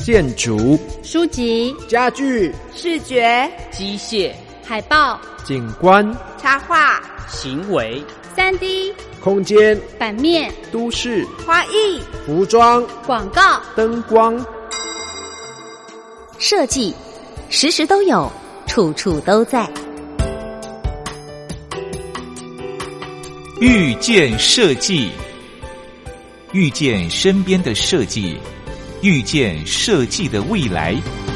建筑、 书籍、 家具、 视觉、 机械、 海报、 景观、 插画、 行为、 3D、 空间、 版面、 都市、 花艺、 服装、 广告、 灯光。 设计时时都有，处处都在。 遇见设计，遇见身边的设计，遇见设计的未来。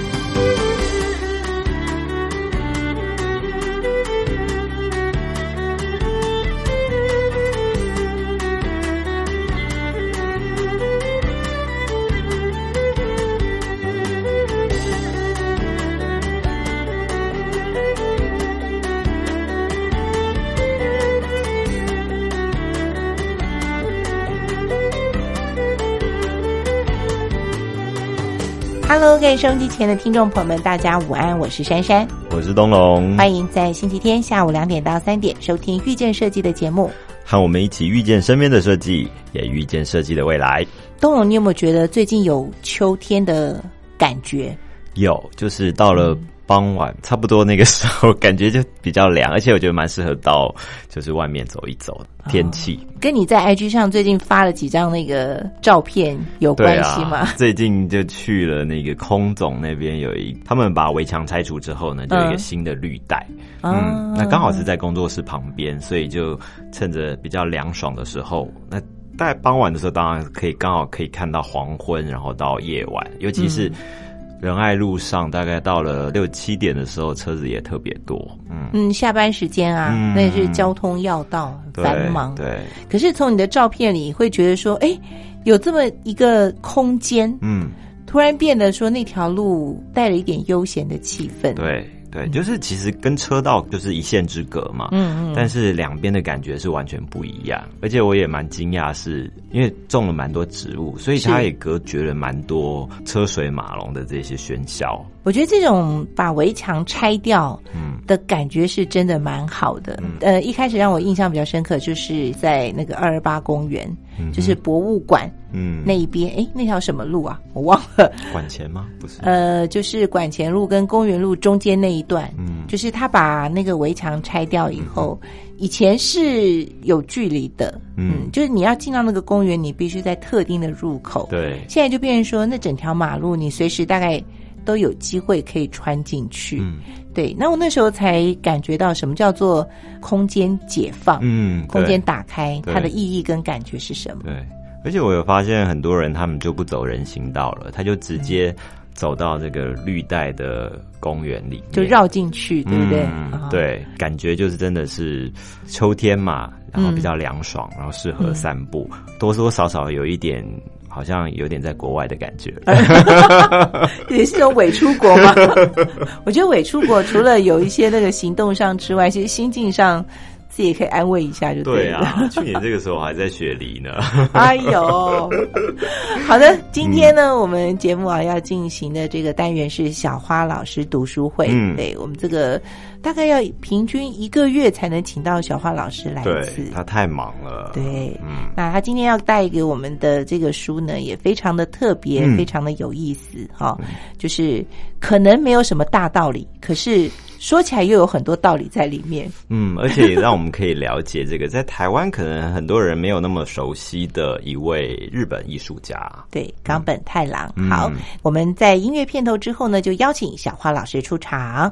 Hello， 各位收音机前的听众朋友们，大家午安，我是珊珊， 我是东龙， 欢迎在星期天下午2点到3点收听遇见设计的节目， 和我们一起遇见身边的设计，也遇见设计的未来。 东龙，你有没有觉得最近有秋天的感觉？ 有，就是到了傍晚差不多那个时候感觉就比较凉，而且我觉得蛮适合到就是外面走一走，天气跟你在 IG 上最近发了几张那个照片有关系吗？ 最近就去了那个空总那边，他们把围墙拆除之后呢，就有一个新的绿带，那刚好是在工作室旁边，所以就趁着比较凉爽的时候，那大概傍晚的时候当然刚好可以看到黄昏，然后到夜晚，尤其是仁爱路上大概到了6、7点的时候，车子也特别多。 下班时间啊，那也是交通要道，很繁忙。 对。 可是从你的照片里会觉得说，有这么一个空间，突然变得说那条路带了一点悠闲的气氛。 对，就是其实跟车道就是一线之隔嘛，但是两边的感觉是完全不一样，而且我也蛮惊讶，是因为种了蛮多植物，所以它也隔绝了蛮多车水马龙的这些喧嚣。 我觉得这种把围墙拆掉的感觉是真的蛮好的。一开始让我印象比较深刻就是在那个228公园，就是博物馆那一边，那条什么路啊我忘了， 馆前吗？不是， 就是馆前路跟公园路中间那一段，就是他把那个围墙拆掉以后，以前是有距离的，就是你要进到那个公园你必须在特定的入口， 对， 现在就变成说那整条马路你随时大概都有机会可以穿进去，对，那我那时候才感觉到什么叫做空间解放，空间打开，它的意义跟感觉是什么？ 对，而且我有发现很多人他们就不走人行道了，他就直接走到这个绿带的公园里面， 就绕进去，对不对？ 对，感觉就是真的是秋天嘛，然后比较凉爽，然后适合散步，多多少少有一点。好像有点在国外的感觉， 也是种伪出国吗？我觉得伪出国除了有一些那个行动上之外，其实心境上自己也可以安慰一下就对了。 对啊，去年这个时候还在雪梨呢。 哎呦，好的，今天呢，我们节目要进行的这个单元是小花老师读书会。对，我们这个大概要平均1个月才能请到小花老师来一次， 对，他太忙了。 对，那他今天要带给我们的这个书呢，也非常的特别，非常的有意思就是可能没有什么大道理，可是说起来又有很多道理在里面。 而且也让我们可以了解这个在台湾可能很多人没有那么熟悉的一位日本艺术家， 对，冈本太郎。好，我们在音乐片头之后呢，就邀请小花老师出场。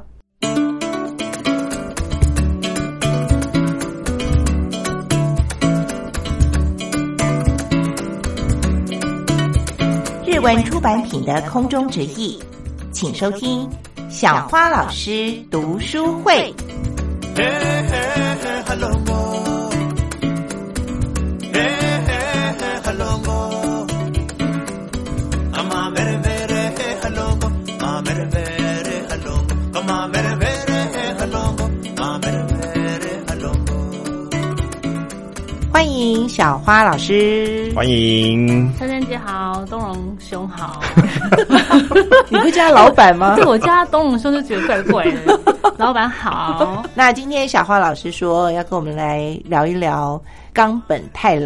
日文出版品的空中直译，请收听小花老师读书会。欢迎小花老师。 欢迎珊珊姐好，东荣兄好。 你不叫他老板吗？ 对，我叫他东荣兄就觉得怪怪的。老板好。 那今天小花老师说要跟我们来聊一聊冈本太郎，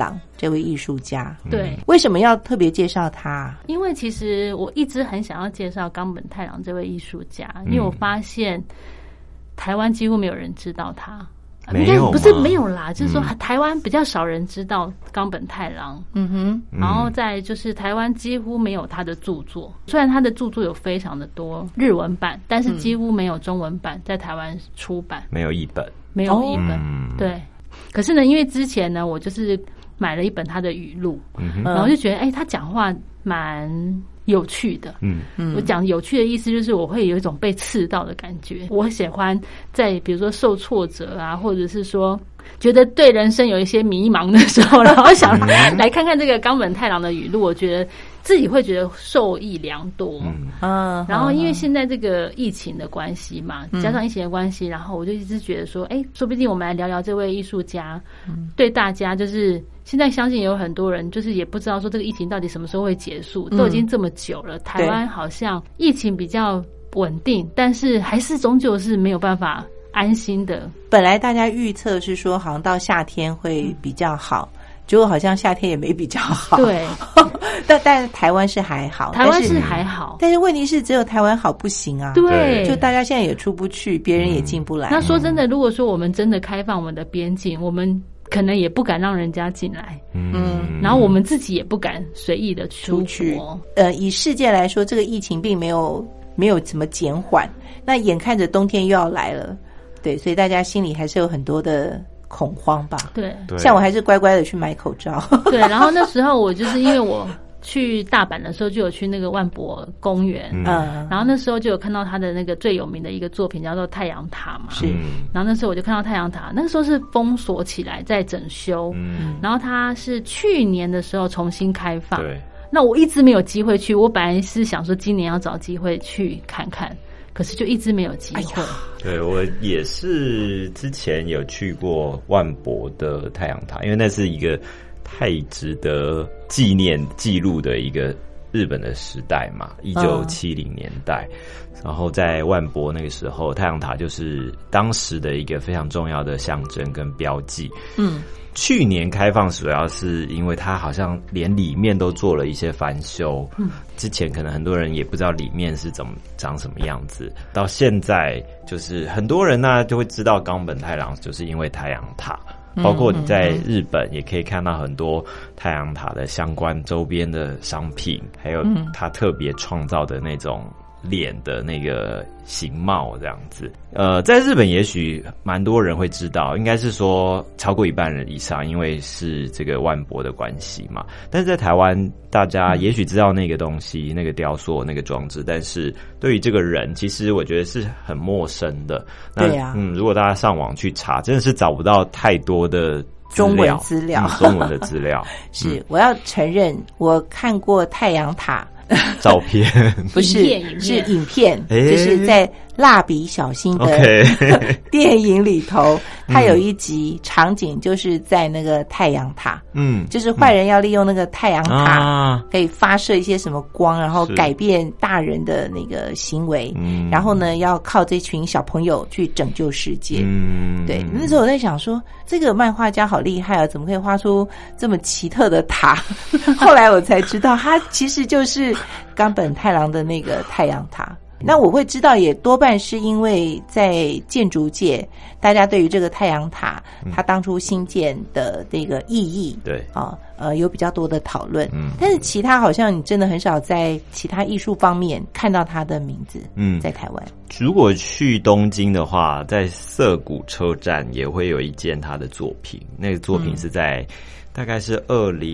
这位艺术家。 对， 为什么要特别介绍他？ 因为其实我一直很想要介绍冈本太郎这位艺术家，因为我发现台湾几乎没有人知道他。 没有吗？ 不是没有啦，就是说台湾比较少人知道冈本太郎，然后再就是台湾几乎没有他的著作，虽然他的著作有非常的多日文版，但是几乎没有中文版在台湾出版， 没有译本， 对。可是呢，因为之前呢，我就是买了一本他的语录，然后就觉得他讲话蛮有趣的。我讲有趣的意思就是我会有一种被刺到的感觉。我喜欢在比如说受挫折啊，或者是说觉得对人生有一些迷茫的时候，然后想来看看这个冈本太郎的语录，我觉得自己会觉得受益良多。然后因为现在这个疫情的关系嘛，加上疫情的关系，然后我就一直觉得说，说不定我们来聊聊这位艺术家，对大家就是现在相信有很多人就是也不知道说这个疫情到底什么时候会结束，都已经这么久了，台湾好像疫情比较稳定，但是还是终究是没有办法安心的。 本来大家预测是说好像到夏天会比较好，结果好像夏天也没比较好。 对， 但台湾是还好， 台湾是还好， 但是问题是只有台湾好不行啊。 对， 就大家现在也出不去，别人也进不来。 那说真的，如果说我们真的开放我们的边境，我们可能也不敢让人家进来，然后我们自己也不敢随意的出去。 以世界来说，这个疫情并没有怎么减缓，那眼看着冬天又要来了，对，所以大家心里还是有很多的恐慌吧。 对， 像我还是乖乖的去买口罩。 对，然后那时候我就是因为我去大阪的时候就有去那个万博公园，然后那时候就有看到他的那个最有名的一个作品叫做太阳塔嘛， 是， 然后那时候我就看到太阳塔，那个时候是封锁起来在整修，然后它是去年的时候重新开放， 对， 那我一直没有机会去，我本来是想说今年要找机会去看看，可是就一直没有机会。 对，我也是之前有去过万博的太阳塔，因为那是一个太值得纪念记录的一个日本的时代嘛，1970年代，然后在万博那个时候，太阳塔就是当时的一个非常重要的象征跟标记。去年开放主要是因为它好像连里面都做了一些翻修，之前可能很多人也不知道里面是长什么样子，到现在就是很多人呢就会知道冈本太郎，就是因为太阳塔。包括你在日本也可以看到很多太阳塔的相关周边的商品，还有他特别创造的那种脸的那个形貌这样子。在日本也许蛮多人会知道，应该是说超过一半人以上，因为是这个万博的关系嘛。但是在台湾，大家也许知道那个东西、那个雕塑、那个装置，但是对于这个人，其实我觉得是很陌生的。那对啊， 如果大家上网去查，真的是找不到太多的中文资料， 中文的资料。 是，我要承认，我看过太阳塔。 照片不是是影片，就是在蜡笔小新的电影里头，它有一集场景就是在那个太阳塔，就是坏人要利用那个太阳塔可以发射一些什么光，然后改变大人的那个行为，然后呢要靠这群小朋友去拯救世界。对，那时候我在想说，这个漫画家好厉害啊，怎么可以画出这么奇特的塔？后来我才知道，他其实就是冈本太郎的那个太阳塔。那我会知道，也多半是因为在建筑界，大家对于这个太阳塔，它当初新建的这个意义， 对有比较多的讨论。但是其他好像你真的很少在其他艺术方面看到它的名字。在台湾， 如果去东京的话，在涩谷车站也会有一件他的作品，那个作品是在大概是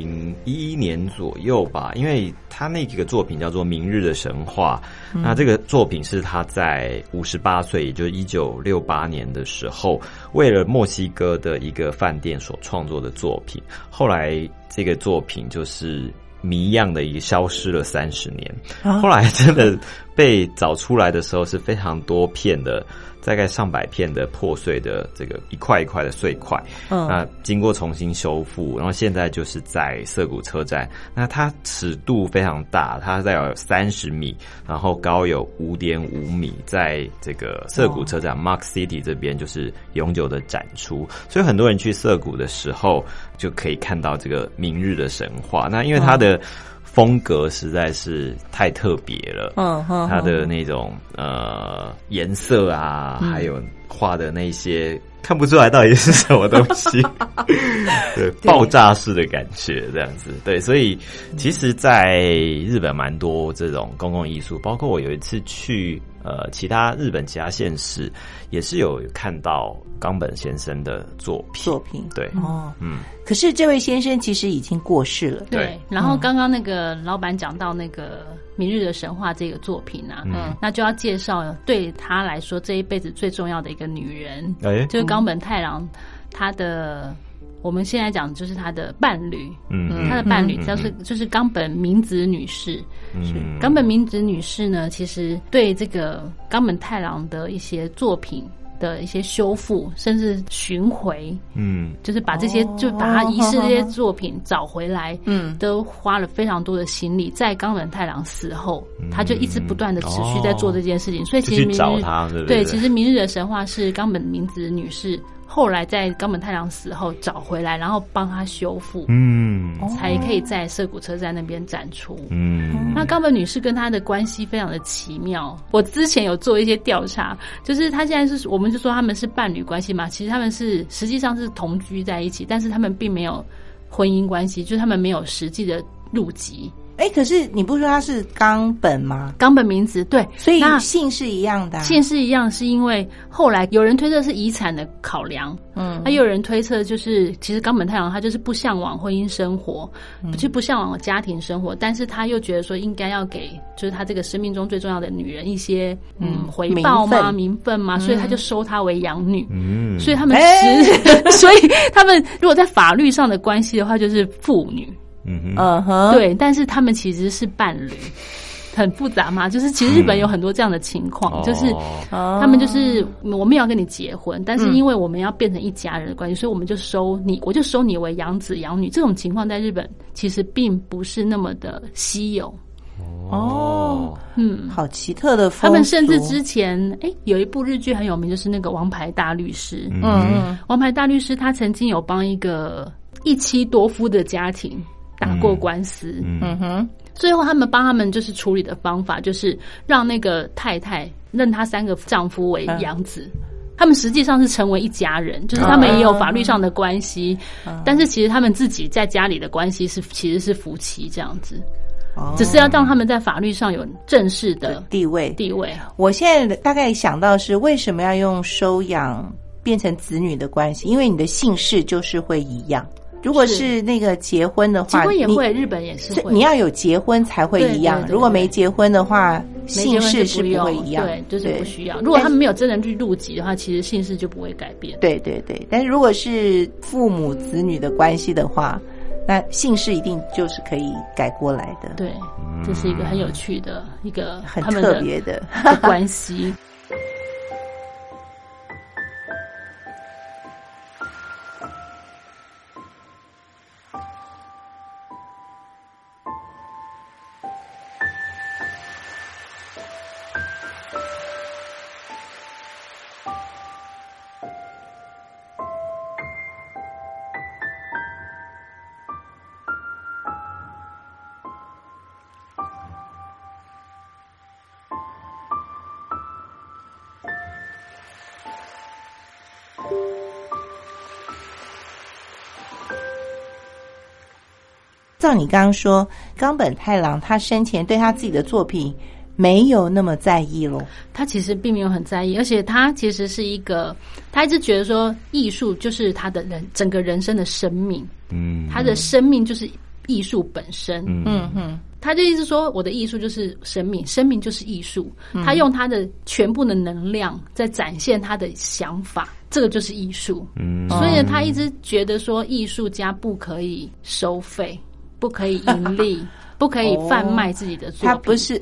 2011年左右吧，因为他那个作品叫做《明日的神话》，那这个作品是他在58岁，也就是1968年的时候，为了墨西哥的一个饭店所创作的作品。后来这个作品就是谜样的消失了30年，后来真的被找出来的时候是非常多片的，大概上百片的破碎的这个一块一块的碎块，那经过重新修复，然后现在就是在涩谷车站，那它尺度非常大，它大概有30米，然后高有5.5米，在这个涩谷车站 Mark City 这边就是永久的展出，所以很多人去涩谷的时候就可以看到这个明日的神话。那因为它的风格实在是太特别了，它的那种颜色啊，还有画的那些看不出来到底是什么东西，对，爆炸式的感觉这样子，对，所以其实在日本蛮多这种公共艺术，包括我有一次去其他日本其他县市也是有看到冈本先生的作品，对， 可是这位先生其实已经过世了， 对。然后刚刚那个老板讲到那个明日的神话这个作品啊，那就要介绍对他来说这一辈子最重要的一个女人，就是冈本太郎，他的。我们现在讲就是他的伴侣，他的伴侣就是冈本明子女士。冈本明子女士呢，其实对这个冈本太郎的一些作品的一些修复，甚至巡回，就是把这些就把他遗失这些作品找回来，都花了非常多的心力。在冈本太郎死后，他就一直不断的持续在做这件事情，所以其实去找他， 对，其实明日的神话是冈本明子女士后来在冈本太郎死后找回来，然后帮他修复，才可以在涩谷车站那边展出。那冈本女士跟她的关系非常的奇妙。我之前有做一些调查，就是她现在是，我们就说他们是伴侣关系嘛，其实他们是实际上是同居在一起，但是他们并没有婚姻关系，就是他们没有实际的入籍。 可是你不是说他是冈本吗？ 冈本明子，对， 所以姓是一样的姓是一样，是因为后来有人推测是遗产的考量，又有人推测就是其实冈本太郎他就是不向往婚姻生活，就不向往家庭生活，但是他又觉得说应该要给就是他这个生命中最重要的女人一些回报吗？名分吗？所以他就收她为养女，所以他们所以他们如果在法律上的关系的话就是父女。对，但是他们其实是伴侣，很复杂嘛。就是其实日本有很多这样的情况，就是他们就是我们也要跟你结婚，但是因为我们要变成一家人的关系，所以我们就收你，我就收你为养子养女。这种情况在日本其实并不是那么的稀有。 好奇特的风俗。 他们甚至之前有一部日剧很有名，就是那个《王牌大律师》。王牌大律师他曾经有帮一个一妻多夫的家庭打过官司，最后他们帮他们就是处理的方法就是让那个太太认她3个丈夫为养子，他们实际上是成为一家人，就是他们也有法律上的关系，但是其实他们自己在家里的关系其实是夫妻这样子，只是要让他们在法律上有正式的地位。 我现在大概想到是为什么要用收养变成子女的关系，因为你的姓氏就是会一样。如果是那个结婚的话， 结婚也会，日本也是会。 你要有结婚才会一样，如果没结婚的话，姓氏是不会一样。 对，就是不需要。如果他们没有真人去入籍的话，其实姓氏就不会改变。 对，但是如果是父母子女的关系的话，那姓氏一定就是可以改过来的。 对，这是一个很有趣的一个很特别的关系。 照你刚刚说，冈本太郎他生前对他自己的作品没有那么在意咯。 他其实并没有很在意，而且他其实是一个，他一直觉得说艺术就是他的整个人生的生命，他的生命就是艺术本身，他就意思说我的艺术就是生命，生命就是艺术，他用他的全部的能量在展现他的想法，这个就是艺术。所以呢，他一直觉得说艺术家不可以收费，不可以盈利，不可以贩卖自己的作品。 他不是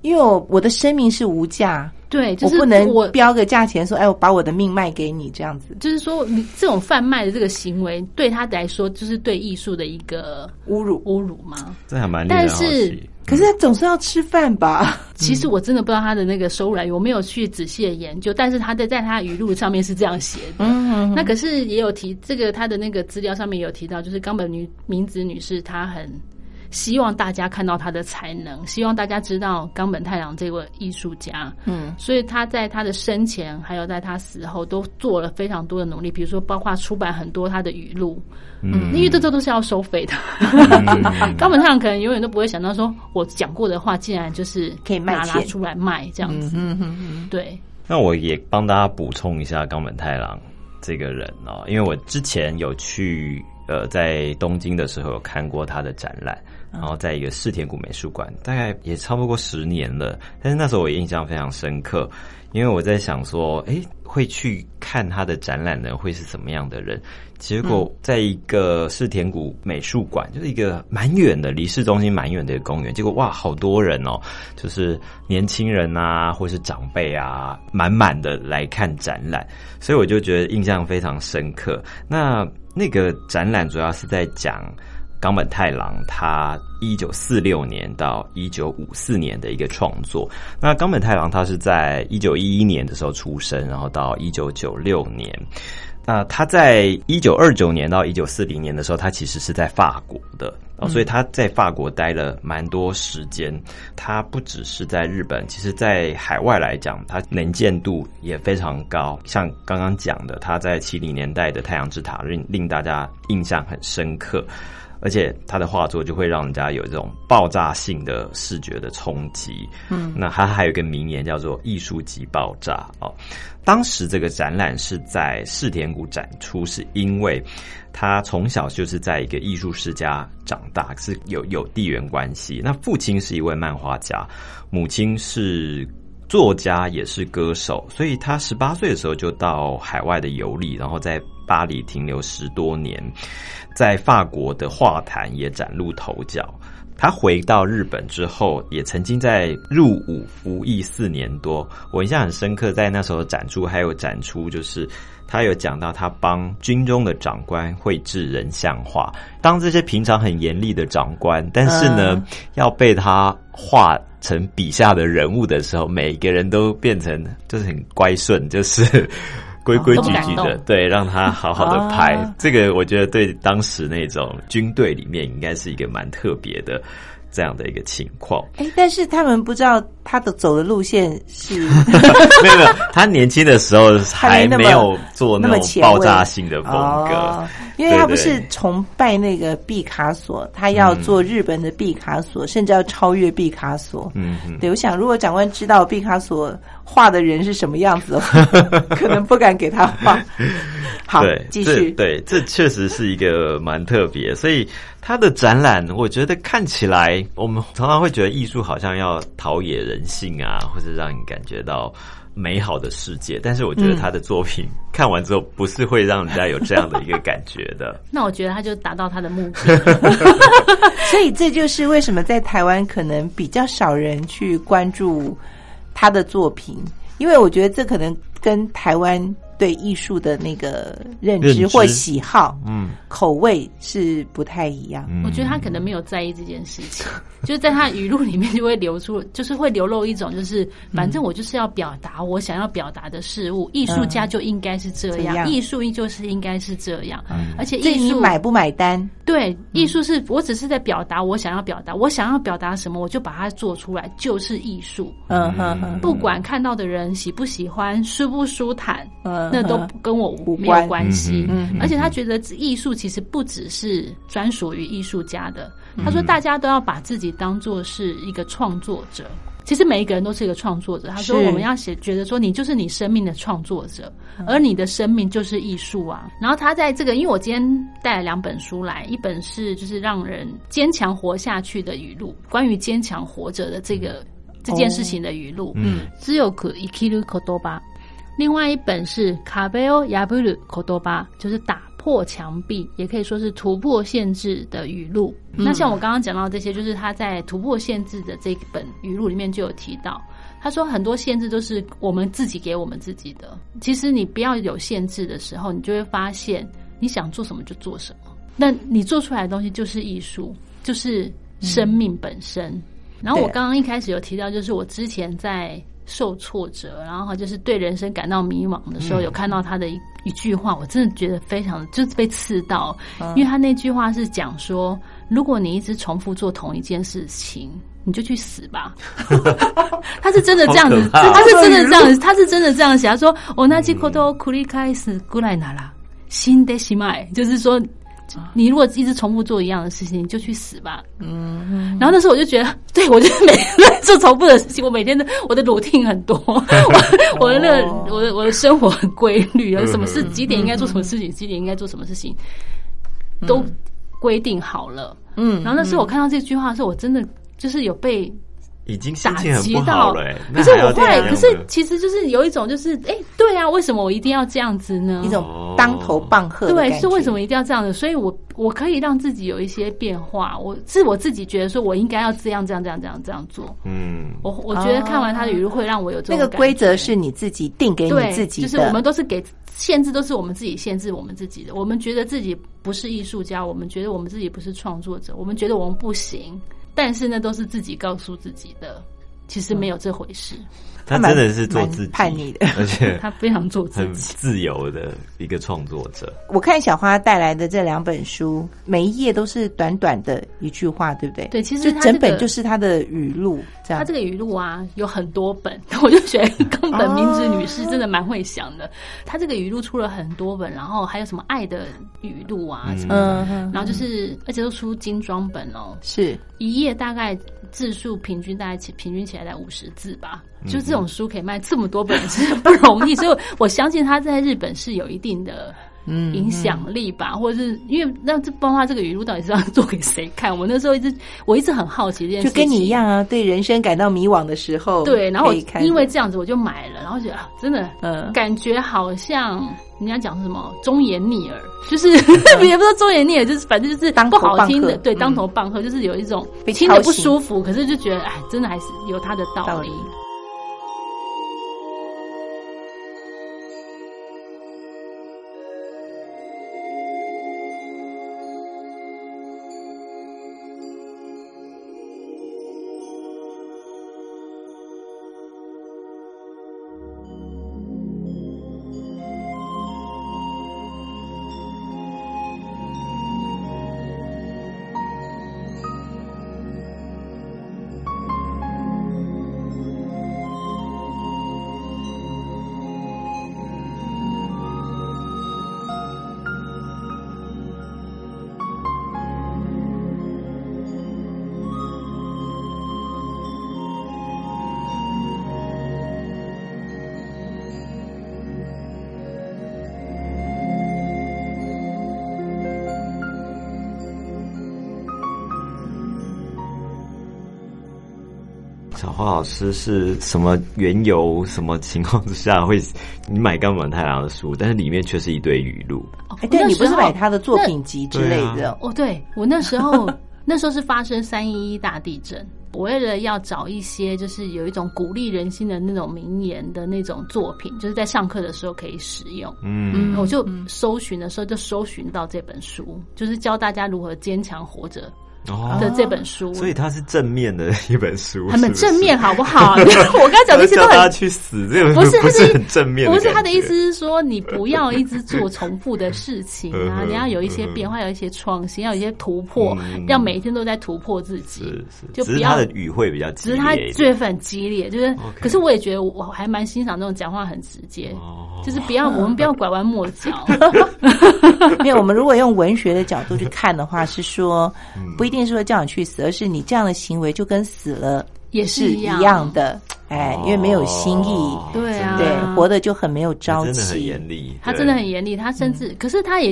因为我的生命是无价。 对，就是我不能标个价钱说，我把我的命卖给你这样子。 就是说，你这种贩卖的这个行为，对他来说，就是对艺术的一个侮辱吗？ 这还蛮令人好奇。但是， 可是他总是要吃饭吧？ 其实我真的不知道他的那个收入来源，我没有去仔细的研究。但是他在他语录上面是这样写的。那可是也有提这个他的那个资料上面也有提到，就是冈本明子女士，她很希望大家看到他的才能，希望大家知道冈本太郎这位艺术家。所以他在他的生前还有在他死后都做了非常多的努力，比如说包括出版很多他的语录。因为这都是要收费的。冈本太郎可能永远都不会想到说，我讲过的话竟然就是可以拿出来卖这样子。对。 那我也帮大家补充一下冈本太郎这个人哦，因为我之前有去在东京的时候有看过他的展览，然后在一个世田谷美术馆，大概也差不多10年了。但是那时候我印象非常深刻，因为我在想说，会去看他的展览的会是什么样的人？结果在一个世田谷美术馆，就是一个蛮远的，离市中心蛮远的一个公园。结果哇，好多人哦，就是年轻人啊，或是长辈啊，满满的来看展览，所以我就觉得印象非常深刻。那个展览主要是在讲冈本太郎他1946年到1954年的一个创作。那冈本太郎他是在1911年的时候出生，然后到1996年。那他在1929年到1940年的时候，他其实是在法国的，所以他在法国待了蛮多时间。他不只是在日本，其实在海外来讲，他能见度也非常高。像刚刚讲的，他在70年代的太阳之塔令大家印象很深刻。而且他的画作就会让人家有这种爆炸性的视觉的冲击。那他还有一个名言叫做艺术即爆炸哦。当时这个展览是在世田谷展出，是因为他从小就是在一个艺术世家长大，是有地缘关系。那父亲是一位漫画家，母亲是作家也是歌手，所以他18岁的时候就到海外的游历，然后在巴黎停留10多年，在法国的画坛也崭露头角。他回到日本之后，也曾经在入伍服役4年多。我印象很深刻，在那时候展出还有展出，就是他有讲到他帮军中的长官绘制人像画，当这些平常很严厉的长官，但是呢，要被他画成笔下的人物的时候，每一个人都变成就是很乖顺，就是规规矩矩的，对，让他好好的拍。这个我觉得对当时那种军队里面应该是一个蛮特别的这样的一个情况。 但是他们不知道他的走的路线是没有，他年轻的时候还没有做那种爆炸性的风格。 因为他不是崇拜那个毕卡索，他要做日本的毕卡索，甚至要超越毕卡索。对，我想如果长官知道毕卡索画的人是什么样子的话，可能不敢给他画。好，继续。 对，这确实是一个蛮特别，所以他的展览，我觉得看起来，我们常常会觉得艺术好像要陶冶人性啊，或者让你感觉到美好的世界，但是我觉得他的作品看完之后不是会让人家有这样的一个感觉的。 那我觉得他就达到他的目的了。 所以这就是为什么在台湾可能比较少人去关注他的作品，因为我觉得这可能跟台湾对艺术的那个认知或喜好口味是不太一样。 我觉得他可能没有在意这件事情，就是在他语录里面就会流出，就是会流露一种就是反正我就是要表达我想要表达的事物，艺术家就应该是这样，艺术就是应该是这样。而且艺术你买不买单？ 对，艺术是我只是在表达我想要表达，我想要表达什么我就把它做出来，就是艺术。不管看到的人喜不喜欢，舒不舒坦，那都跟我没有关系。而且他觉得艺术其实不只是专属于艺术家的，他说大家都要把自己当作是一个创作者。其实每一个人都是一个创作者，他说我们要觉得说你就是你生命的创作者，而你的生命就是艺术啊。然后他在这个，因为我今天带了2本书来，一本是就是让人坚强活下去的语录，关于坚强活着的这件事情的语录，只有可生きる言葉。另外一本是壁を破る言葉，就是打破墙壁，也可以说是突破限制的语录。那像我刚刚讲到这些，就是他在突破限制的这本语录里面就有提到，他说很多限制都是我们自己给我们自己的。其实你不要有限制的时候，你就会发现你想做什么就做什么，那你做出来的东西就是艺术，就是生命本身。然后我刚刚一开始有提到，就是我之前在受挫折，然后就是对人生感到迷惘的时候，有看到他的一句话，我真的觉得非常就是被刺到，因为他那句话是讲说，如果你一直重复做同一件事情，你就去死吧。他是真的这样子，他是真的这样子，他是真的这样写。他说：“我那几口都苦力开始过来拿啦，新的西麦，就是说。”你如果一直重复做一样的事情，你就去死吧。然后那时候我就觉得，对，我就是每天在做重复的事情，我每天的我的 routine 很多，我的那个我的生活很规律，什么事几点应该做什么事情，几点应该做什么事情，都规定好了。然后那时候我看到这句话的时候，我真的就是有被。 已经心情很不好了可是我后来，可是其实就是有一种就是，对啊，为什么我一定要这样子呢？ 一种当头棒喝的感觉。 对，是为什么一定要这样子？所以我可以让自己有一些变化，我自己觉得说我应该要这样做。我觉得看完他的语录会让我有这种那个规则是你自己定给你自己的， 就是我们都是给限制，都是我们自己限制我们自己的。我们觉得自己不是艺术家，我们觉得我们自己不是创作者，我们觉得我们不行。但是那都是自己告诉自己的，其实没有这回事。 他真的是做自己， 叛逆的， 而且他非常做自己， 很自由的一个创作者。 我看小花带来的这2本书，每一页都是短短的一句话，对不对？ 对，其实就整本就是他的语录，这样。 他这个语录啊有很多本，我就觉得冈本明子女士真的蛮会想的。他这个语录出了很多本，然后还有什么爱的语录啊什么的，然后就是而且都出精装本哦， 是一页大概字数平均起来在50字吧。就这种书可以卖这么多本是不容易，所以我相信他在日本是有一定的影响力吧，或者是因为那这包括这个语录到底是要做给谁看？我那时候我一直很好奇这件事情， 就跟你一样啊，对人生感到迷惘的时候， 对，然后因为这样子我就买了，然后觉得真的感觉好像人家讲什么忠言逆耳，就是也不是忠言逆耳，就是反正就是不好听的，对，当头棒喝，就是有一种听得不舒服，可是就觉得真的还是有它的道理。 小花老师是什么缘由、什么情况之下会你买冈本太郎的书，但是里面却是一堆语录？ 对，你不是买他的作品集之类的？ 对，我那时候是发生311大地震，我为了要找一些就是有一种鼓励人心的那种名言的那种作品，就是在上课的时候可以使用。我就搜寻的时候就搜寻到这本书，就是教大家如何坚强活着的这本书， 所以它是正面的一本书， 很正面，好不好？我刚才讲这些都很叫大家去死，这个不是很正面的， 不是他的意思是说，你不要一直做重复的事情啊，你要有一些变化，有一些创新，要有一些突破，要每天都在突破自己。就只是他的语汇比较激烈， 只是他罪很激烈，就是。可是我也觉得我还蛮欣赏那种讲话很直接，就是我们不要拐弯抹角。 没有，我们如果用文学的角度去看的话，是说不一定说叫你去死，而是你这样的行为就跟死了也是一样的。因为没有新意， 对啊， 对，活得就很没有朝气， 真的很严厉， 他真的很严厉，他甚至，可是他也觉得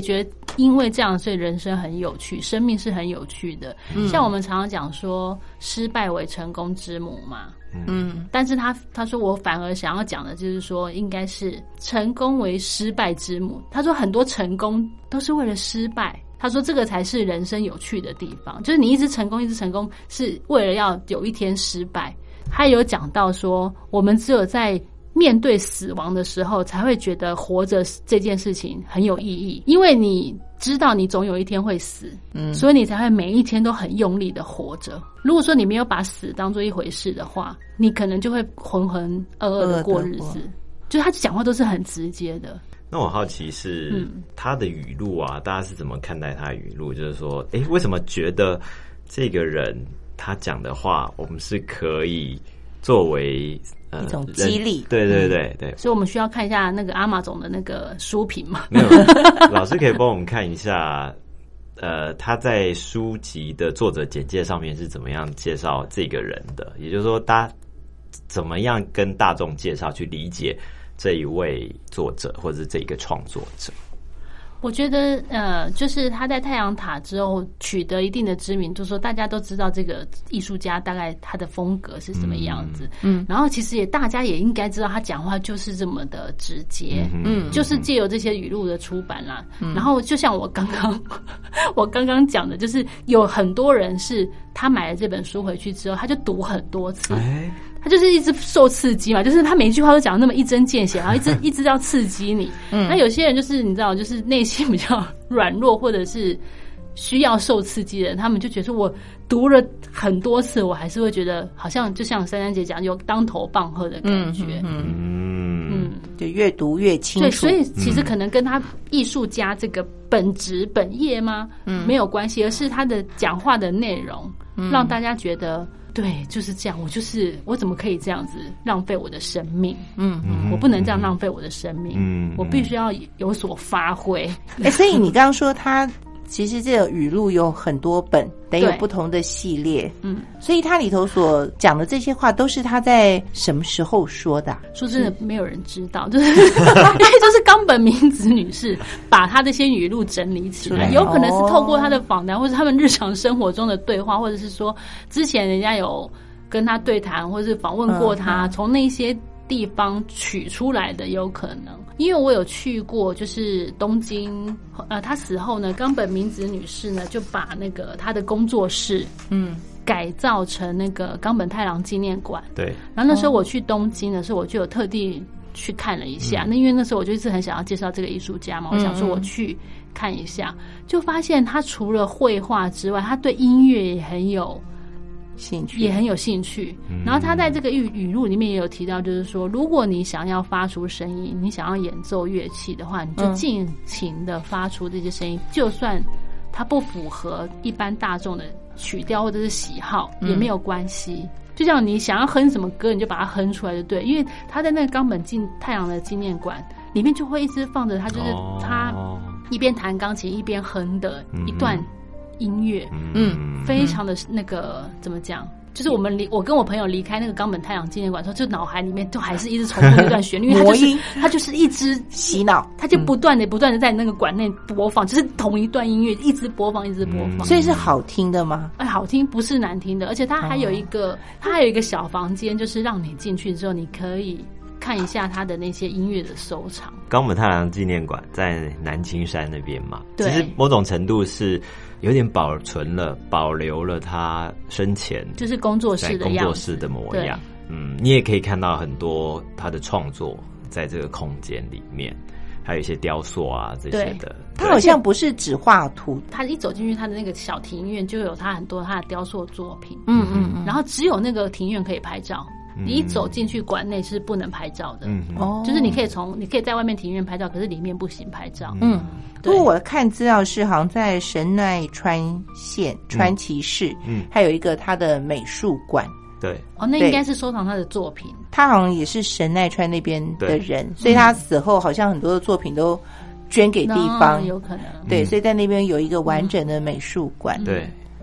因为这样，所以人生很有趣，生命是很有趣的。像我们常常讲说，失败为成功之母嘛。但是他说我反而想要讲的就是说，应该是成功为失败之母。他说很多成功都是为了失败。他说这个才是人生有趣的地方，就是你一直成功，是为了要有一天失败。他有讲到说，我们只有在面对死亡的时候，才会觉得活着这件事情很有意义，因为你知道你总有一天会死，所以你才会每一天都很用力的活着。如果说你没有把死当作一回事的话，你可能就会浑浑噩噩的过日子。就是他讲话都是很直接的。 那我好奇是他的语录啊，大家是怎么看待他的语录？就是说，为什么觉得这个人他讲的话，我们是可以作为一种激励？ 对对对对。 所以我们需要看一下那个阿玛总的那个书评嘛。 没有，老师可以帮我们看一下，他在书籍的作者简介上面是怎么样介绍这个人的？也就是说，他怎么样跟大众介绍去理解这一位作者或者是这一个创作者？ 我觉得就是他在太阳塔之后取得一定的知名度，说大家都知道这个艺术家大概他的风格是什么样子。然后其实大家也应该知道他讲话就是这么的直接。就是借由这些语录的出版啦。然后就像我刚刚讲的，就是有很多人是他买了这本书回去之后，他就读很多次。他就是一直受刺激嘛，就是他每一句话都讲那么一针见血，然后一直要刺激你。那有些人就是你知道，就是内心比较软弱或者是需要受刺激的人，他们就觉得说我读了很多次，我还是会觉得好像就像珊珊姐讲，有当头棒喝的感觉。 就越读越清楚。 对，所以其实可能跟他艺术家这个本职本业吗？没有关系，而是他的讲话的内容，让大家觉得。对，就是这样。我怎么可以这样子浪费我的生命？我不能这样浪费我的生命。我必须要有所发挥。 所以你刚刚说他其实这个语录有很多本，得有不同的系列。所以他里头所讲的这些话都是他在什么时候说的？ 说真的，没有人知道，就是因为就是冈本明子女士把他这些语录整理起来，有可能是透过他的访谈，或者他们日常生活中的对话，或者是说之前人家有跟他对谈，或者是访问过他，从那些地方取出来的，有可能。因为我有去过，就是东京，他死后呢，冈本明子女士呢就把那个他的工作室，改造成那个冈本太郎纪念馆。对。然后那时候我去东京的时候，我就有特地去看了一下。那因为那时候我就一直很想要介绍这个艺术家嘛，我想说我去看一下，就发现他除了绘画之外，他对音乐也很有兴趣。然后他在这个语录里面也有提到，就是说，如果你想要发出声音，你想要演奏乐器的话，你就尽情的发出这些声音，就算它不符合一般大众的曲调或者是喜好，也没有关系。就像你想要哼什么歌，你就把它哼出来就对。因为他在那个冈本太郎的纪念馆里面就会一直放着他就是他一边弹钢琴一边哼的一段音乐，非常的那个怎么讲？就是我跟我朋友离开那个冈本太郎纪念馆的时候，就脑海里面就还是一直重复那段旋律，因为它就是一直洗脑， 它就不断的在那个馆内播放，就是同一段音乐一直播放。 所以是好听的吗？ 好听，不是难听的，而且它还有一个小房间，就是让你进去之后，你可以看一下他的那些音乐的收藏。 冈本太郎纪念馆在南青山那边嘛，其实某种程度是有点保留了他生前就是工作室的样子， 工作室的模样。你也可以看到很多他的创作在这个空间里面，还有一些雕塑啊这些的。 他好像不是只画图， 他一走进去他的那个小庭院就有他很多他的雕塑作品。然后只有那个庭院可以拍照。你一走进去馆内是不能拍照的。就是你可以在外面庭院拍照，可是里面不行拍照。 不过我看资料是好像在神奈川县川崎市，还有一个他的美术馆。 对， 那应该是收藏他的作品。 他好像也是神奈川那边的人，所以他死后好像很多的作品都捐给地方， 有可能。 对，所以在那边有一个完整的美术馆。 对。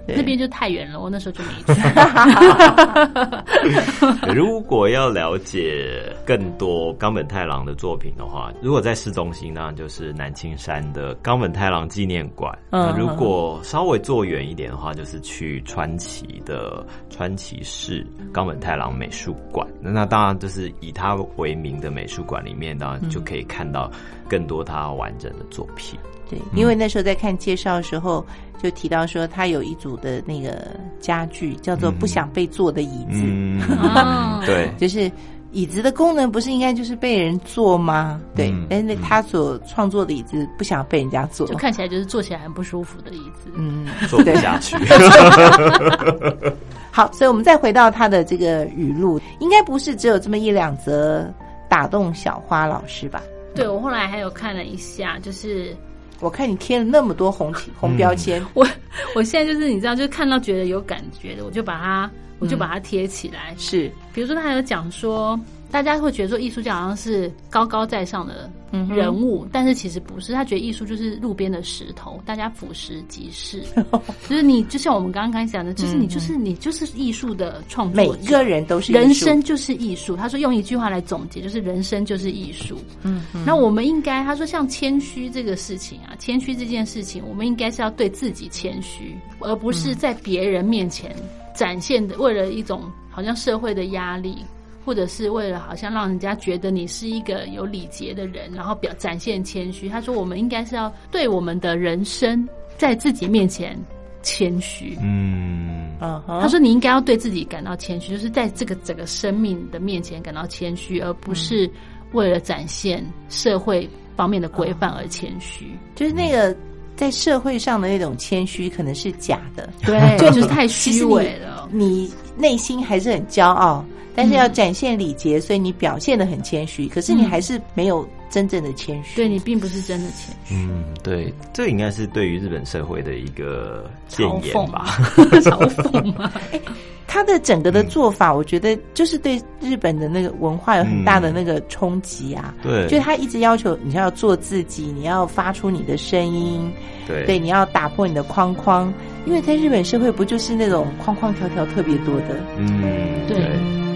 那边就太远了，我那时候就没去。 如果要了解更多冈本太郎的作品的话，如果在市中心呢，就是南青山的冈本太郎纪念馆。如果稍微坐远一点的话，就是去川崎的川崎市冈本太郎美术馆。那当然就是以他为名的美术馆里面，当然就可以看到更多他完整的作品。 对，因为那时候在看介绍的时候就提到说他有一组的那个家具叫做不想被坐的椅子。 对， 就是椅子的功能不是应该就是被人坐吗？对，但是他所创作的椅子不想被人家坐， 就看起来就是坐起来很不舒服的椅子。 坐不下去。 好，所以我们再回到他的这个语录，应该不是只有这么一两则打动小花老师吧？ 对，我后来还有看了一下，就是我看你贴了那么多红标签， 我现在就是你知道，就看到觉得有感觉的，我就把它贴起来。 是， 比如说他有讲说，大家会觉得说艺术家好像是高高在上的人物，但是其实不是。他觉得艺术就是路边的石头，大家俯拾即是。就是你就像我们刚刚讲的，就是你就是艺术的创作者， 每个人都是艺术， 人生就是艺术。他说用一句话来总结，就是人生就是艺术。那我们应该，他说像谦虚这个事情啊，谦虚这件事情，我们应该是要对自己谦虚，而不是在别人面前展现的，为了一种好像社会的压力，或者是为了好像让人家觉得你是一个有礼节的人，然后展现谦虚。他说我们应该是要对我们的人生在自己面前谦虚。他说你应该要对自己感到谦虚，就是在这个整个生命的面前感到谦虚，而不是为了展现社会方面的规范而谦虚。 就是那个在社会上的那种谦虚可能是假的， 对，就是太虚伪了。 你内心还是很骄傲，但是要展现礼节，所以你表现得很谦虚，可是你还是没有真正的谦虚。 对，你并不是真的谦虚。 对，这应该是对于日本社会的一个谏言吧， 嘲讽吗？ 他的整个的做法，我觉得就是对日本的那个文化有很大的那个冲击啊。 对， 就是他一直要求你要做自己，你要发出你的声音，对，你要打破你的框框，因为在日本社会不就是那种框框条条特别多的。 对。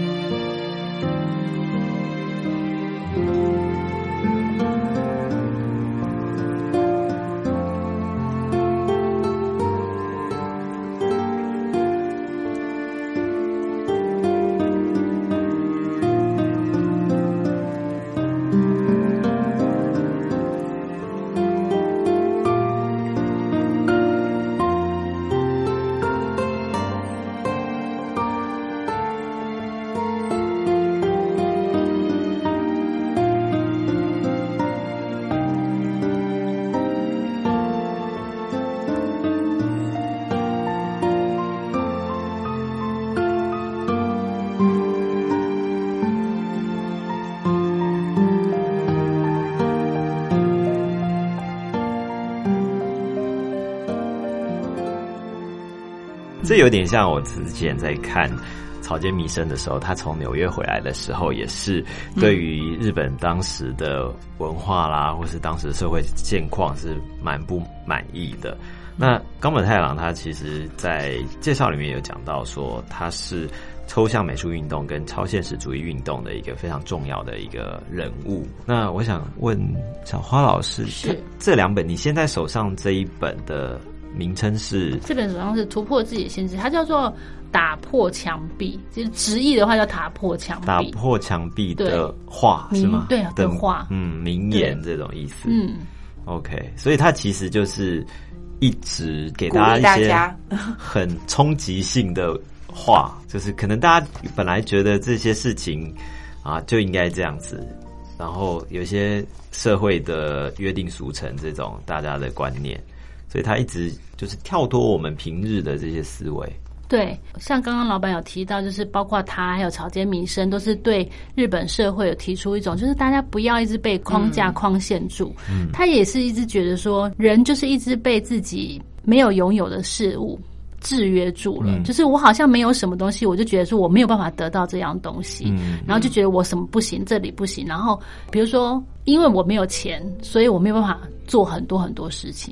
这有点像我之前在看草间弥生的时候，他从纽约回来的时候，也是对于日本当时的文化啦，或是当时的社会现况是蛮不满意的。那冈本太郎他其实在介绍里面有讲到说，他是抽象美术运动跟超现实主义运动的一个非常重要的一个人物。那我想问小花老师，这两本你现在手上这一本的名称是？这本手上是突破自己的限制，它叫做打破墙壁，就是直译的话叫打破墙壁。 打破墙壁的画是吗？ 对的画， 名言这种意思。OK， 所以它其实就是一直给大家一些很冲击性的话，就是可能大家本来觉得这些事情啊就应该这样子，然后有些社会的约定俗成这种大家的观念，所以他一直就是跳脱我们平日的这些思维。 对，像刚刚老板有提到，就是包括他还有草间弥生，都是对日本社会有提出一种，就是大家不要一直被框架框限住。他也是一直觉得说，人就是一直被自己没有拥有的事物制约住了，就是我好像没有什么东西，我就觉得说我没有办法得到这样东西，然后就觉得我什么不行，这里不行，然后比如说因为我没有钱，所以我没有办法做很多很多事情。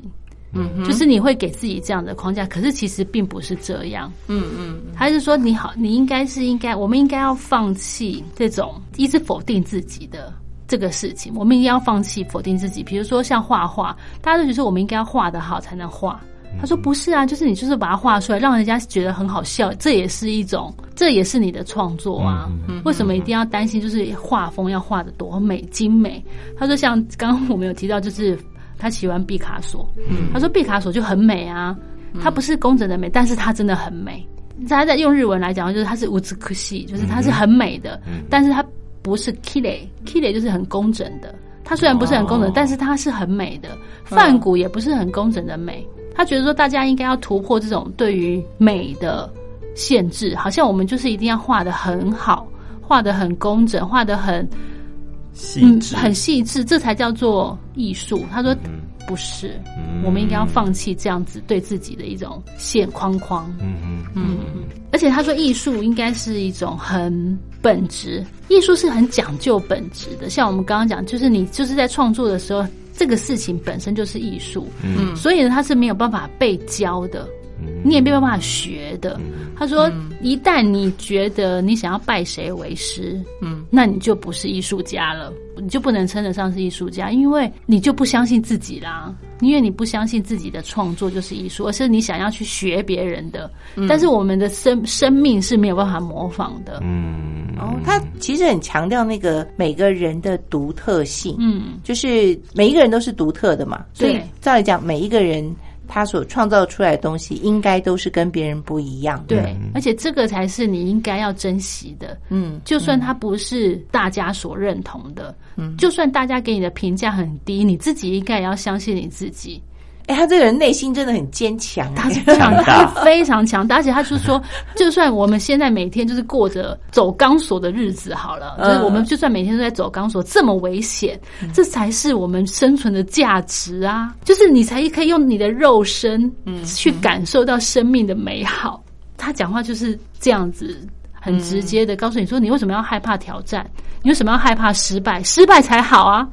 就是你会给自己这样的框架，可是其实并不是这样。还是说你我们应该要放弃这种一直否定自己的这个事情，我们一定要放弃否定自己。比如说像画画，大家都觉得我们应该要画得好才能画。他说不是啊，就是你就是把它画出来，让人家觉得很好笑，这也是你的创作啊。为什么一定要担心就是画风要画得多美精美？他说像刚刚我们有提到，就是他喜欢毕卡索，他说毕卡索就很美啊，他不是工整的美，但是他真的很美。他在用日文来讲，就是他是无兹克西，就是他是很美的，但是他不是 kile 就是很工整的。他虽然不是很工整，但是他是很美的。梵谷也不是很工整的美。他觉得说大家应该要突破这种对于美的限制，好像我们就是一定要画得很好，画得很工整，画得很细致，这才叫做艺术。他说不是，我们应该要放弃这样子对自己的一种框框。而且他说艺术应该是一种很本质，艺术是很讲究本质的。像我们刚刚讲，就是你就是在创作的时候，这个事情本身就是艺术，所以呢，它是没有办法被教的，你也没有办法学的。他说，一旦你觉得你想要拜谁为师，那你就不是艺术家了，你就不能称得上是艺术家，因为你就不相信自己啦。因为你不相信自己的创作就是艺术，而是你想要去学别人的。但是我们的生命是没有办法模仿的。 他其实很强调那个每个人的独特性。就是每一个人都是独特的嘛，所以照理讲，每一个人他所创造出来的东西应该都是跟别人不一样的。 对，而且这个才是你应该要珍惜的。就算他不是大家所认同的，就算大家给你的评价很低，你自己应该也要相信你自己。 他这个人内心真的很坚强， 他是非常强大，而且他就说，就算我们现在每天就是过着走钢索的日子好了，就是我们就算每天都在走钢索，这么危险，这才是我们生存的价值啊！就是你才可以用你的肉身去感受到生命的美好。他讲话就是这样子，很直接的告诉你说，你为什么要害怕挑战？你为什么要害怕失败？失败才好啊！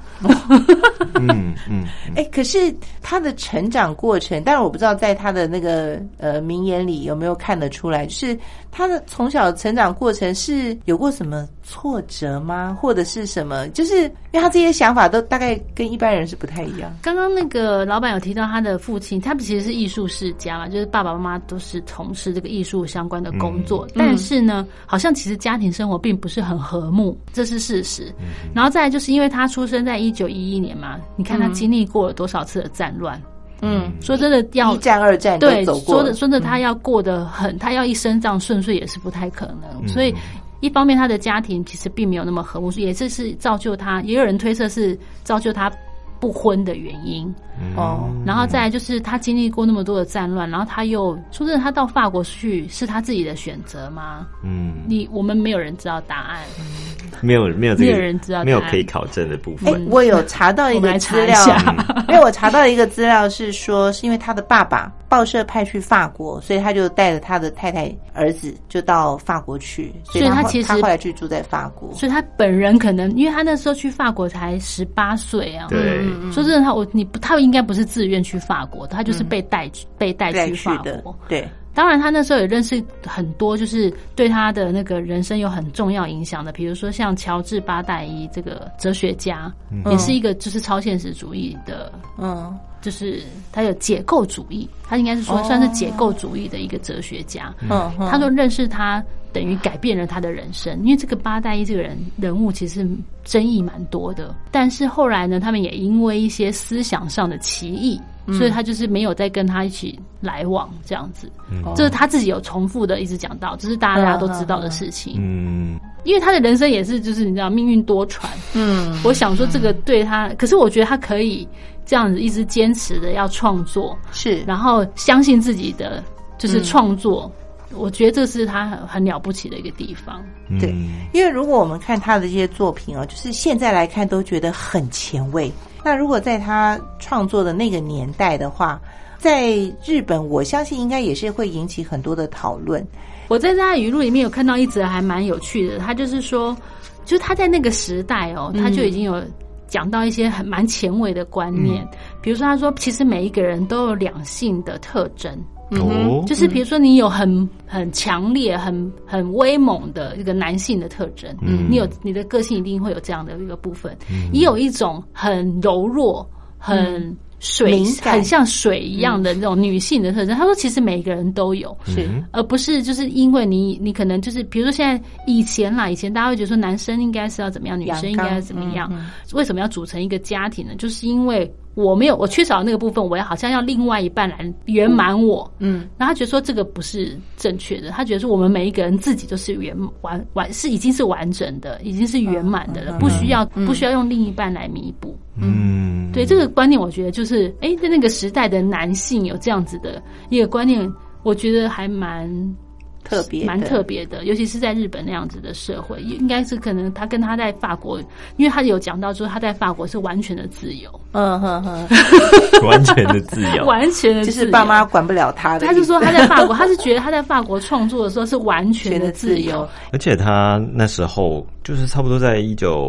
可是他的成长过程，但是我不知道在他的那个名言里有没有看得出来，就是他的从小的成长过程是有过什么挫折吗？或者是什么？就是因为他这些想法都大概跟一般人是不太一样。 刚刚那个老板有提到他的父亲，他其实是艺术世家嘛，就是爸爸妈妈都是从事这个艺术相关的工作，但是呢，好像其实家庭生活并不是很和睦，这是事实。然后再来就是因为他出生在1911年嘛，你看他经历过了多少次的战乱。说真的，要一战二战都走过了， 说的他要过得他要一生这样顺遂也是不太可能。所以一方面他的家庭其实并没有那么和睦，也是造就他，也有人推测是造就他不婚的原因。然后再来就是他经历过那么多的战乱，然后他又说真的，他到法国去是他自己的选择吗？我们没有人知道答案。 没有这个人知道， 没有可以考证的部分。 我有查到一个资料，因为我查到一个资料是说，是因为他的爸爸报社派去法国，所以他就带着他的太太儿子就到法国去，所以他其实他后来去住在法国， 所以他本人可能因为他那时候去法国才18岁啊。 对， 说真的，他应该不是自愿去法国的，他就是被带去法国。 对。 当然他那时候也认识很多就是对他的那个人生有很重要影响的，比如说像乔治巴代伊这个哲学家，也是一个就是超现实主义的，就是他有解构主义，他应该是说算是解构主义的一个哲学家。他说认识他等于改变了他的人生，因为这个巴代伊这个人物其实争议蛮多的，但是后来呢，他们也因为一些思想上的歧义，所以他就是没有再跟他一起来往这样子。这是他自己有重复的一直讲到，这是大家都知道的事情。因为他的人生也是就是你知道命运多舛。我想说这个对他，可是我觉得他可以这样子一直坚持的要创作， 是， 然后相信自己的就是创作。我觉得这是他很了不起的一个地方。 对，因为如果我们看他的这些作品就是现在来看都觉得很前卫。那如果在他创作的那个年代的话，在日本我相信应该也是会引起很多的讨论。 我在他的语录里面有看到一则还蛮有趣的，他就是说，就是他在那个时代他就已经有讲到一些蛮前卫的观念。 比如说他说，其实每一个人都有两性的特征。就是比如说你有很强烈、很威猛的一个男性的特征，你的个性一定会有这样的一个部分，也有一种很柔弱、很像水一样的那种女性的特征。他说，其实每个人都有，而不是就是因为你可能就是比如说现在以前大家会觉得说男生应该是要怎么样，女生应该是怎么样，为什么要组成一个家庭呢？就是因为我缺少那个部分，我好像要另外一半来圆满我。然后他觉得说这个不是正确的，他觉得说我们每一个人自己都是已经是完整的，已经是圆满的了，不需要用另一半来弥补。对，这个观念我觉得就是在那个时代的男性有这样子的一个观念，我觉得还蛮特别的，尤其是在日本那样子的社会，应该是可能他跟他在法国，因为他有讲到说他在法国是完全的自由， 完全的自由， 完全的自由， 就是爸妈管不了他的。 他是说他在法国，他是觉得他在法国创作的时候是完全的自由， 而且他那时候就是差不多在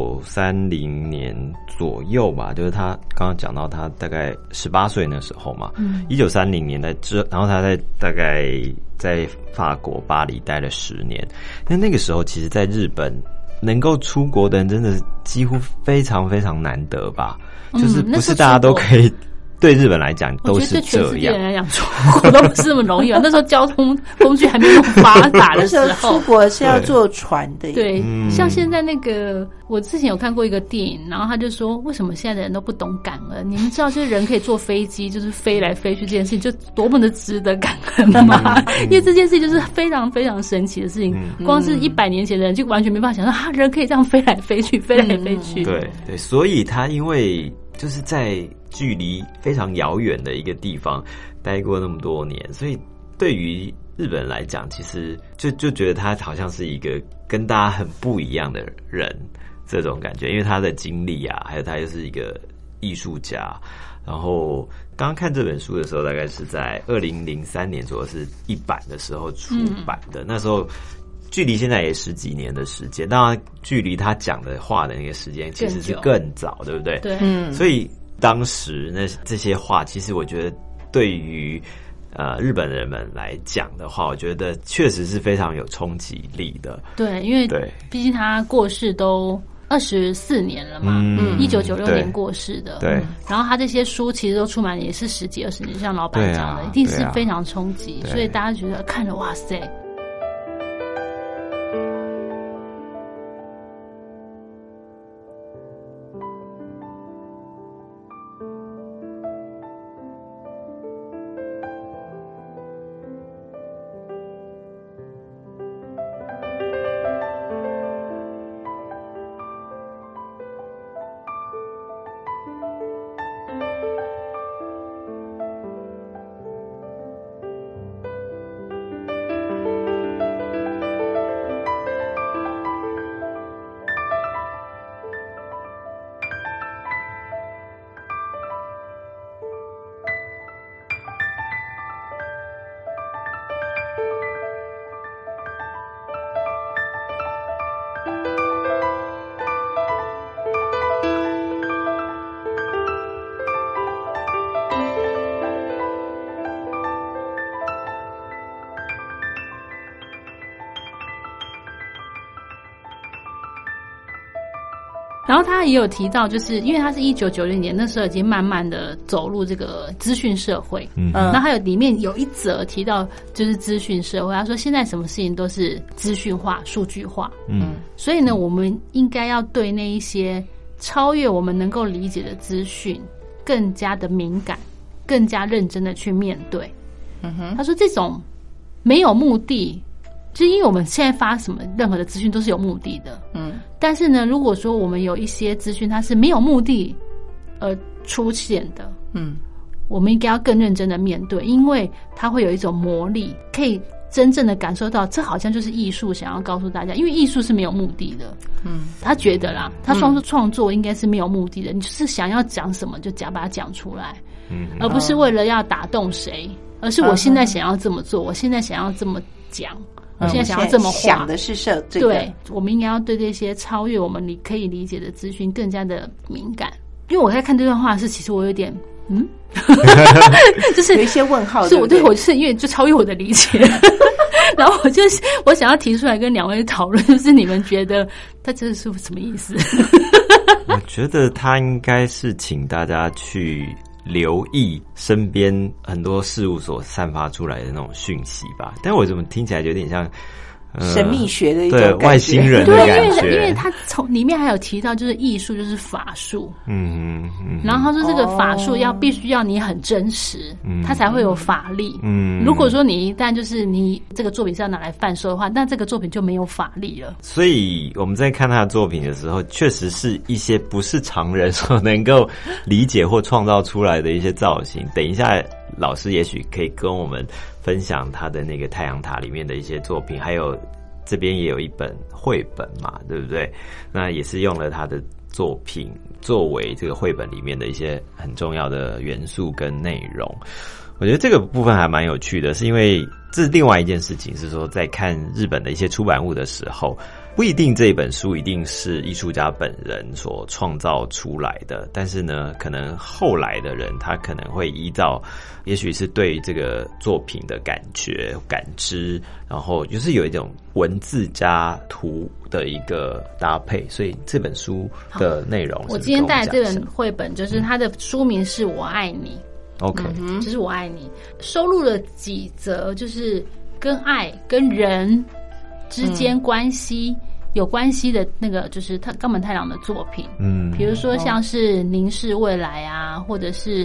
1930年左右吧，就是他刚刚讲到他大概18岁那时候嘛，1930年代然后他大概在法国巴黎待了10年。那个时候其实在日本能够出国的人真的几乎非常非常难得吧，就是不是大家都可以，对日本来讲都是这样， 全世界人来讲出国都不是那么容易那时候交通工具还没有发达的时候， 那时候出国是要坐船的。 对，像现在那个我之前有看过一个电影，然后他就说为什么现在的人都不懂感恩？你们知道就是人可以坐飞机就是飞来飞去这件事情就多么的值得感恩吗？因为这件事情就是非常非常神奇的事情，光是100年前的人就完全没办法想到人可以这样飞来飞去飞来飞去。 对，所以他因为就是在距离非常遥远的一个地方待过那么多年，所以对于日本人来讲，其实就觉得他好像是一个跟大家很不一样的人，这种感觉，因为他的经历啊，还有他又是一个艺术家。然后刚刚看这本书的时候，大概是在2003年左右是1版的时候出版的，那时候距离现在也10几年的时间，当然距离他讲的话的那个时间其实是更早，对不对？ 对， 所以当时这些话，其实我觉得对于日本人们来讲的话，我觉得确实是非常有冲击力的。 对，因为毕竟他过世都24年了嘛，1996年过世的。 对， 然后他这些书其实都出版也是10几20年，像老板讲的，一定是非常冲击，所以大家觉得看了哇塞。然后他也有提到，就是因为他是1990年那时候已经慢慢的走入这个资讯社会，那还有里面有一则提到就是资讯社会，他说现在什么事情都是资讯化、数据化，所以呢，我们应该要对那一些超越我们能够理解的资讯更加的敏感，更加认真的去面对。他说这种没有目的。就是因为我们现在发任何的资讯都是有目的的，但是呢，如果说我们有一些资讯它是没有目的而出现的，我们应该要更认真的面对，因为它会有一种魔力，可以真正的感受到，这好像就是艺术想要告诉大家，因为艺术是没有目的的，他觉得啦，他创作应该是没有目的的，你就是想要讲什么就把它讲出来，而不是为了要打动谁，而是我现在想要这么做，我现在想要这么讲。我现在想要这么想的是这个， 对，我们应该要对这些超越我们可以理解的资讯更加的敏感。因为我在看这段话是，其实我有点就是有一些问号， 是我对我是因为就超越我的理解，然后我想要提出来跟两位讨论，就是你们觉得他这是什么意思？ 我觉得他应该是请大家去留意身边很多事物所散发出来的那种讯息吧，但我怎么听起来有点像神秘学的一种对外星人的感觉， 因为他从里面还有提到，就是艺术就是法术，然后他说这个法术必须要你很真实，它才会有法力。如果说你一旦就是你这个作品是要拿来贩售的话，那这个作品就没有法力了。 所以我们在看他的作品的时候，确实是一些不是常人所能够理解或创造出来的一些造型。等一下老师也许可以跟我们分享他的那个太阳塔里面的一些作品，还有这边也有一本绘本嘛，对不对？那也是用了他的作品作为这个绘本里面的一些很重要的元素跟内容。我觉得这个部分还蛮有趣的，是因为这是另外一件事情，是说在看日本的一些出版物的时候，不一定这一本书一定是艺术家本人所创造出来的，但是呢，可能后来的人他可能会依照，也许是对这个作品的感觉、感知，然后就是有一种文字加图的一个搭配，所以这本书的内容是， 我今天带来这本绘本，就是它的书名是《我爱你》。 OK， 就是我爱你，收录了几则就是跟爱跟人之间关系有关系的那个，就是冈本太郎的作品，比如说像是凝视未来啊，或者是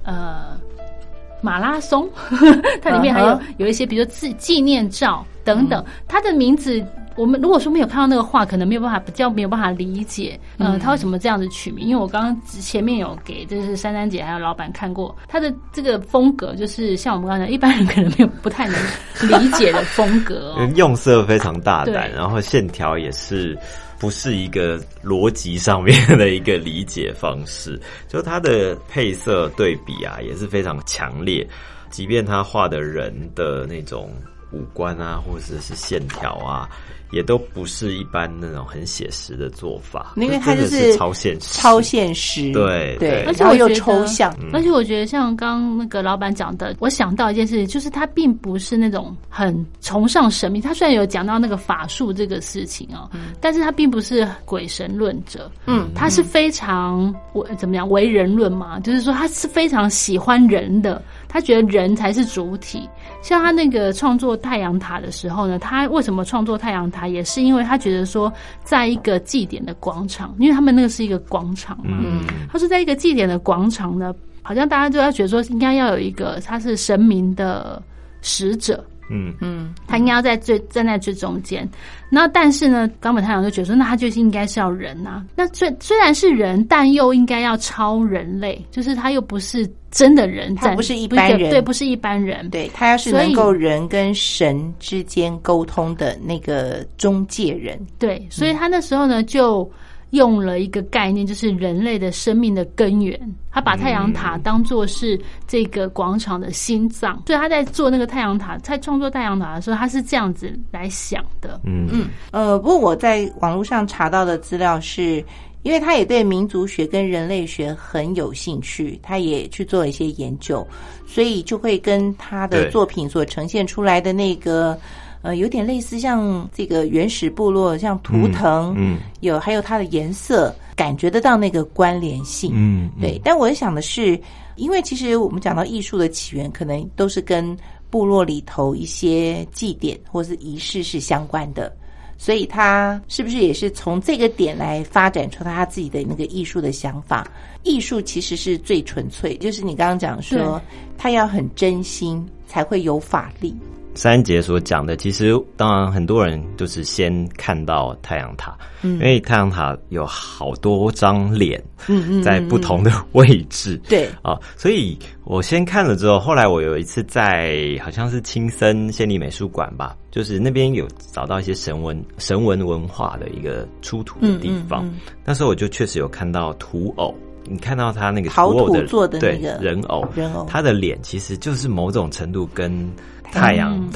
马拉松，它里面还有一些，比如说纪念照等等，它的名字。我们如果说没有看到那个画，可能没有办法理解，他为什么这样子取名？因为我刚刚前面有给就是珊珊姐还有老板看过他的这个风格，就是像我们刚才讲，一般人可能不太能理解的风格用色非常大胆，然后线条也是不是一个逻辑上面的一个理解方式，就它的配色对比啊也是非常强烈，即便他画的人的那种五官啊，或者是线条啊，也都不是一般那种很写实的做法， 因为它就是超现实，对， 而且又抽象。 而且我觉得像刚那个老板讲的，我想到一件事情，就是他并不是那种很崇尚神秘，他虽然有讲到那个法术这个事情但是他并不是鬼神论者，他是非常怎么样为人论嘛，就是说他是非常喜欢人的，他觉得人才是主体。像他那个创作太阳塔的时候呢，他为什么创作太阳塔，也是因为他觉得说在一个祭典的广场，因为他们那个是一个广场嘛，他说在一个祭典的广场呢，好像大家都要觉得说应该要有一个他是神明的使者，他应该要站在最中间。那但是呢，冈本太郎就觉得说，那他就是应该是要人啊。那虽然是人，但又应该要超人类，就是他又不是真的人， 他不是一般人， 对，不是一般人， 对，他要是能够人跟神之间沟通的那个中介人， 对，所以他那时候呢就用了一个概念，就是人类的生命的根源。他把太阳塔当作是这个广场的心脏，所以他在做那个太阳塔，在创作太阳塔的时候，他是这样子来想的。 不过我在网络上查到的资料是，因为他也对民族学跟人类学很有兴趣，他也去做了一些研究，所以就会跟他的作品所呈现出来的那个有点类似像这个原始部落，像图腾，还有它的颜色，感觉得到那个关联性。对。但我想的是，因为其实我们讲到艺术的起源，可能都是跟部落里头一些祭典或是仪式是相关的，所以他是不是也是从这个点来发展出他自己的那个艺术的想法？艺术其实是最纯粹，就是你刚刚讲说，他要很真心才会有法力。 珊姐所讲的，其实当然很多人就是先看到太阳塔，因为太阳塔有好多张脸，在不同的位置， 对啊，所以我先看了之后，后来我有一次在好像是青森县立美术馆吧，就是那边有找到一些神文文化的一个出土的地方，那时候我就确实有看到土偶。你看到他那个陶土做的那个人偶，他的脸其实就是某种程度跟太阳塔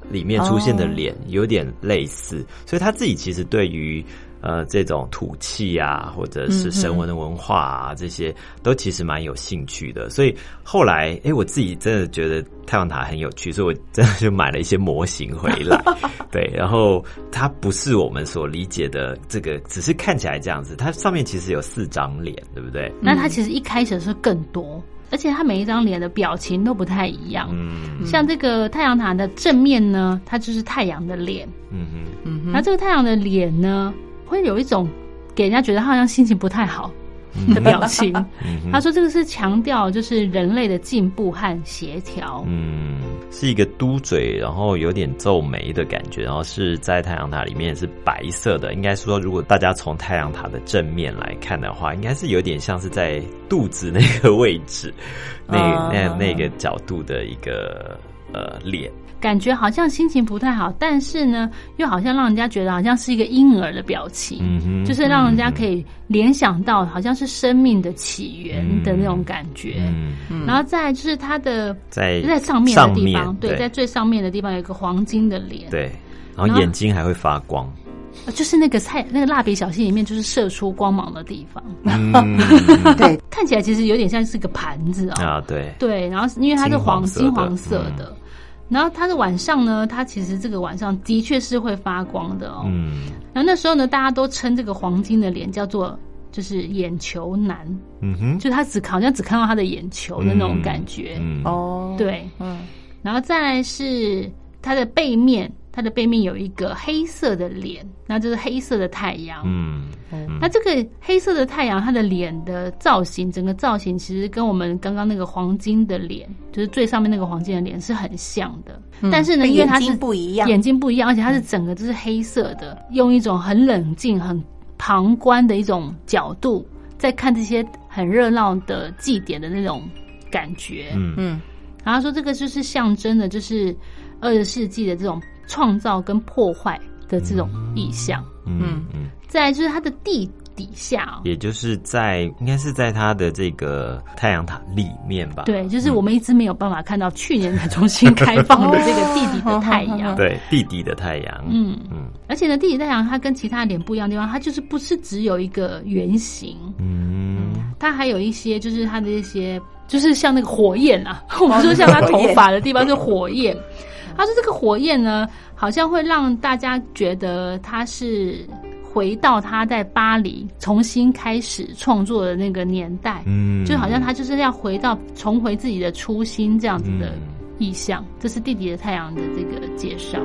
里面出现的脸有点类似，所以他自己其实对于这种土器啊，或者是神文的文化啊，这些都其实蛮有兴趣的。所以后来，我自己真的觉得太阳塔很有趣，所以我真的就买了一些模型回来。对，然后它不是我们所理解的这个，只是看起来这样子，它上面其实有4张脸，对不对？ 那它其实一开始是更多。而且它每一张脸的表情都不太一样，像这个太阳塔的正面呢，它就是太阳的脸，那这个太阳的脸呢，会有一种给人家觉得他好像心情不太好的表情。他说这个是强调就是人类的进步和协调。 是一个嘟嘴，然后有点皱眉的感觉，然后是在太阳塔里面是白色的。应该说，如果大家从太阳塔的正面来看的话，应该是有点像是在肚子那个位置，那个角度的一个脸。 感觉好像心情不太好，但是呢，又好像让人家觉得好像是一个婴儿的表情，就是让人家可以联想到好像是生命的起源的那种感觉。然后再来就是它的在上面的地方，对，在最上面的地方有一个黄金的脸， 对，然后眼睛还会发光。 就是那个蜡笔小新里面就是射出光芒的地方，对，看起来其实有点像是个盘子啊，对对，然后因为它是金黄色的。然后它的晚上呢，它其实这个晚上的确是会发光的哦。然后那时候呢，大家都称这个黄金的脸叫做就是眼球男，就他好像只看到他的眼球的那种感觉。对，然后再来是它的背面。它的背面有一个黑色的脸，那就是黑色的太阳。那这个黑色的太阳，它的脸的造型，整个造型其实跟我们刚刚那个黄金的脸，就是最上面那个黄金的脸是很像的。但是呢，因为它是眼睛不一样，而且它是整个就是黑色的，用一种很冷静、很旁观的一种角度，在看这些很热闹的祭典的那种感觉。然后说这个就是象征的，就是20世纪的这种创造跟破坏的这种意象。再来就是它的地底下， 也就是应该是在它的这个太阳塔里面吧。 对，就是我们一直没有办法看到去年才重新开放的这个地底的太阳。 对，地底的太阳。 而且呢，地底太阳它跟其他脸不一样的地方，它就是不是只有一个圆形。它还有一些就是它的一些就是像那个火焰啊，我们说像它头发的地方是火焰。他说这个火焰呢，好像会让大家觉得他是回到他在巴黎重新开始创作的那个年代，就好像他就是要重回自己的初心这样子的意象。这是地底的太阳的这个介绍。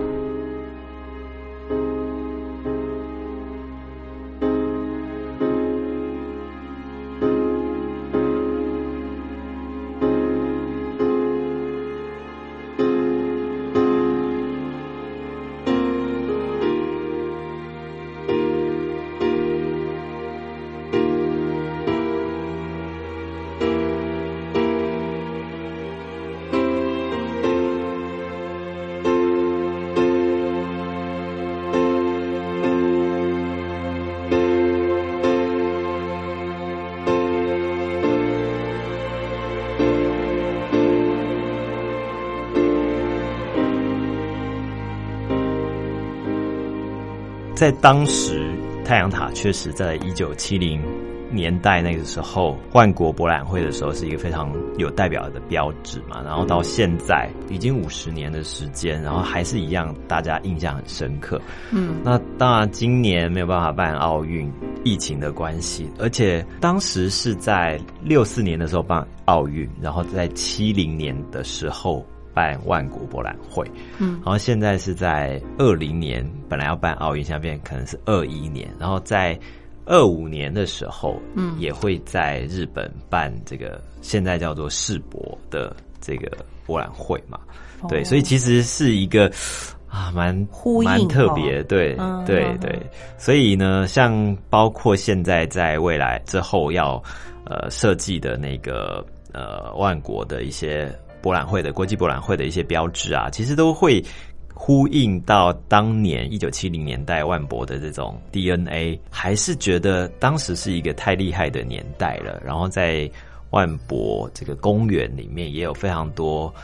在当时，太阳塔确实在1970年代那个时候，万国博览会的时候是一个非常有代表的标志嘛。然后到现在已经50年的时间，然后还是一样，大家印象很深刻。那当然今年没有办法办奥运，疫情的关系，而且当时是在64年的时候办奥运，然后在70年的时候办万国博览会，然后现在是在20年本来要办奥运，现在变可能是21年，然后在25年的时候，也会在日本办这个现在叫做世博的这个博览会嘛。对，所以其实是一个蛮特别，对对对。所以呢，像包括现在在未来之后要设计的那个万国的一些博览会的国际博览会的一些标志啊，其实都会呼应到当年1970年代万博的这种 DNA， 还是觉得当时是一个太厉害的年代了。然后在万博这个公园里面也有非常多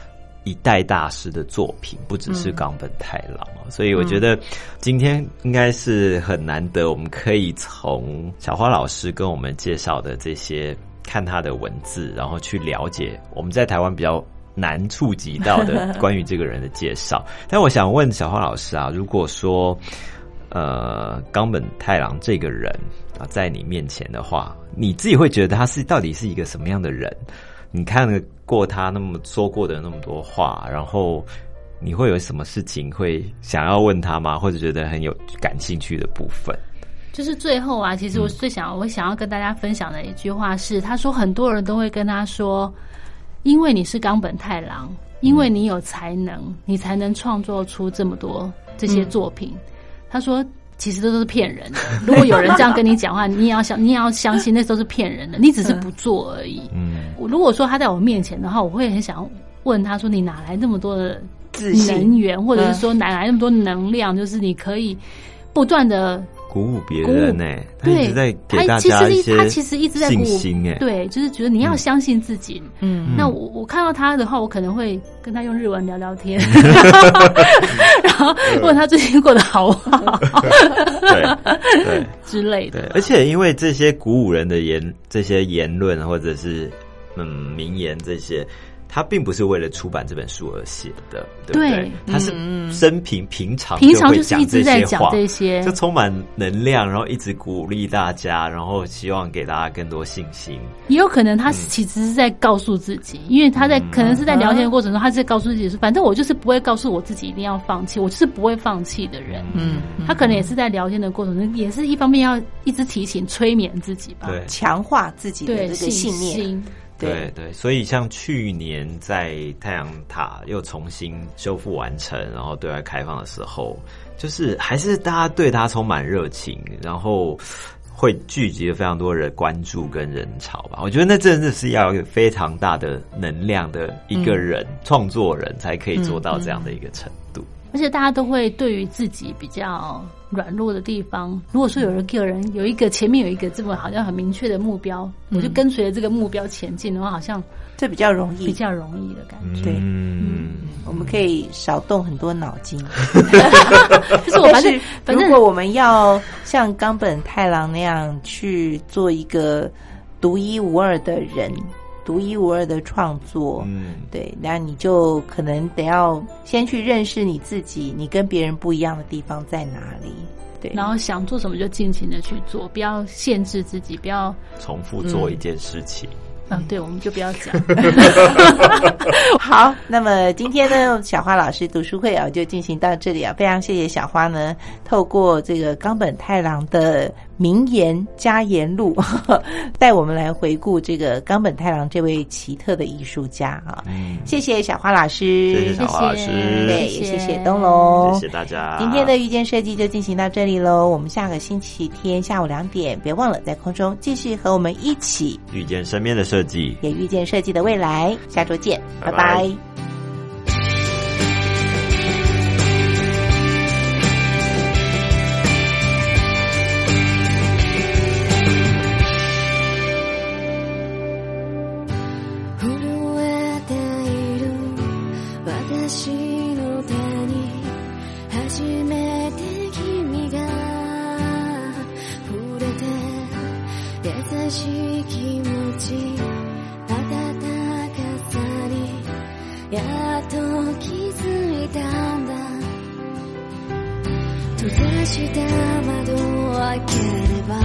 一代大师的作品，不只是冈本太郎所以我觉得今天应该是很难得，我们可以从小花老师跟我们介绍的这些，看他的文字，然后去了解我们在台湾比较难触及到的关于这个人的介绍。但我想问小花老师啊，如果说冈本太郎这个人啊在你面前的话，你自己会觉得他到底是一个什么样的人？你看过他那么说过的那么多话，然后你会有什么事情会想要问他吗？或者觉得很有感兴趣的部分？ 就是最后啊，其实我想要跟大家分享的一句话是，他说很多人都会跟他说，因为你是冈本太郎，因为你有才能，你才能创作出这么多这些作品。他说其实这都是骗人的，如果有人这样跟你讲话，你也要相信那都是骗人的，你只是不做而已。如果说他在我面前的话，我会很想问他说，你哪来那么多的能源，或者是说哪来那么多能量，就是你可以不断的鼓舞别人他一直在给大家一些他其实一直在鼓舞信心对，就是觉得你要相信自己。那我看到他的话，我可能会跟他用日文聊聊天，然后问他最近过得好不好， 对之类的。 对，而且因为这些鼓舞人的这些言论或者是名言这些，他并不是为了出版这本书而写的，对不对？他是生平常就是一直在讲这些， 就充满能量，然后一直鼓励大家，然后希望给大家更多信心。 也有可能他其实是在告诉自己，因为他可能是在聊天的过程中，他是在告诉自己说，反正我就是不会告诉我自己一定要放弃，我就是不会放弃的人。他可能也是在聊天的过程中，也是一方面要一直提醒、催眠自己吧， 强化自己的这个信念。 对，所以像去年在太阳塔又重新修复完成，然后对外开放的时候，就是还是大家对他充满热情，然后会聚集了非常多人关注跟人潮吧。我觉得那真的是要有非常大的能量的一个人，创作人才可以做到这样的一个程度。 而且大家都会对于自己比较软弱的地方，如果说有人有一个前面有一个这么好像很明确的目标，我就跟随着这个目标前进的话，好像这比较容易的感觉。 对，我们可以少动很多脑筋。 就是我反正如果我们要像冈本太郎那样去做一个独一无二的人，独一无二的创作，对，那你就可能得要先去认识你自己，你跟别人不一样的地方在哪里，对， 然后想做什么就尽情的去做，不要限制自己，不要重复做一件事情。 对，我们就不要讲。 好，那么今天呢，小花老师读书会就进行到这里非常谢谢小花呢，透过这个冈本太郎的名言佳言录，带我们来回顾这个冈本太郎这位奇特的艺术家谢谢小花老师， 谢谢小花老师， 对，也谢谢东龙， 谢谢大家。 今天的遇见设计就进行到这里咯，我们下个星期天下午2点，别忘了在空中继续和我们一起遇见身边的设计， 也遇见设计的未来。下周见，拜拜。 した窓を開ければ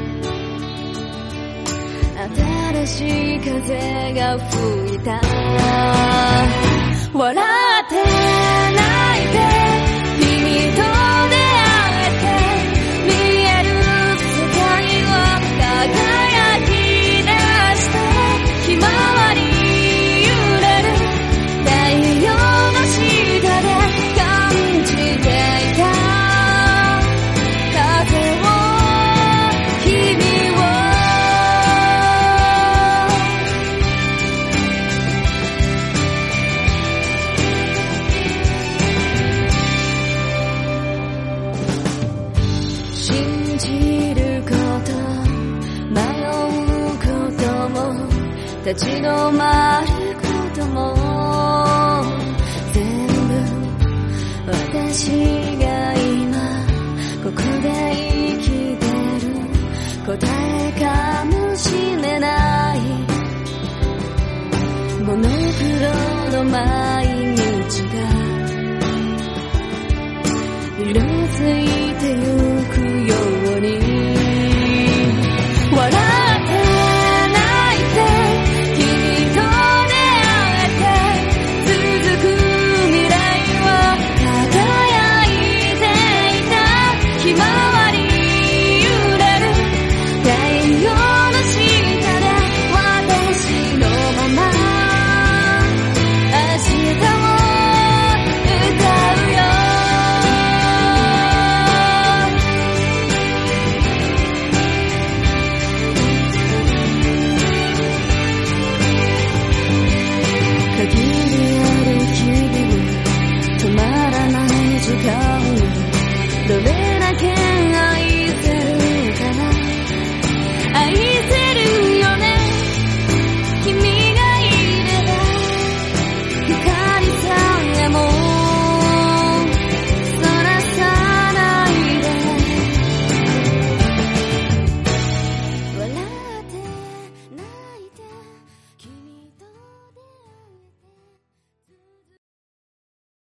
新しい風が吹いた笑って泣いて君と出会えて見える世界を輝き出してひまわり揺れる太陽の下で感じていた立ち止まることも私が今ここで生きてる答えかもしれないモノクロの毎日が色づいてゆく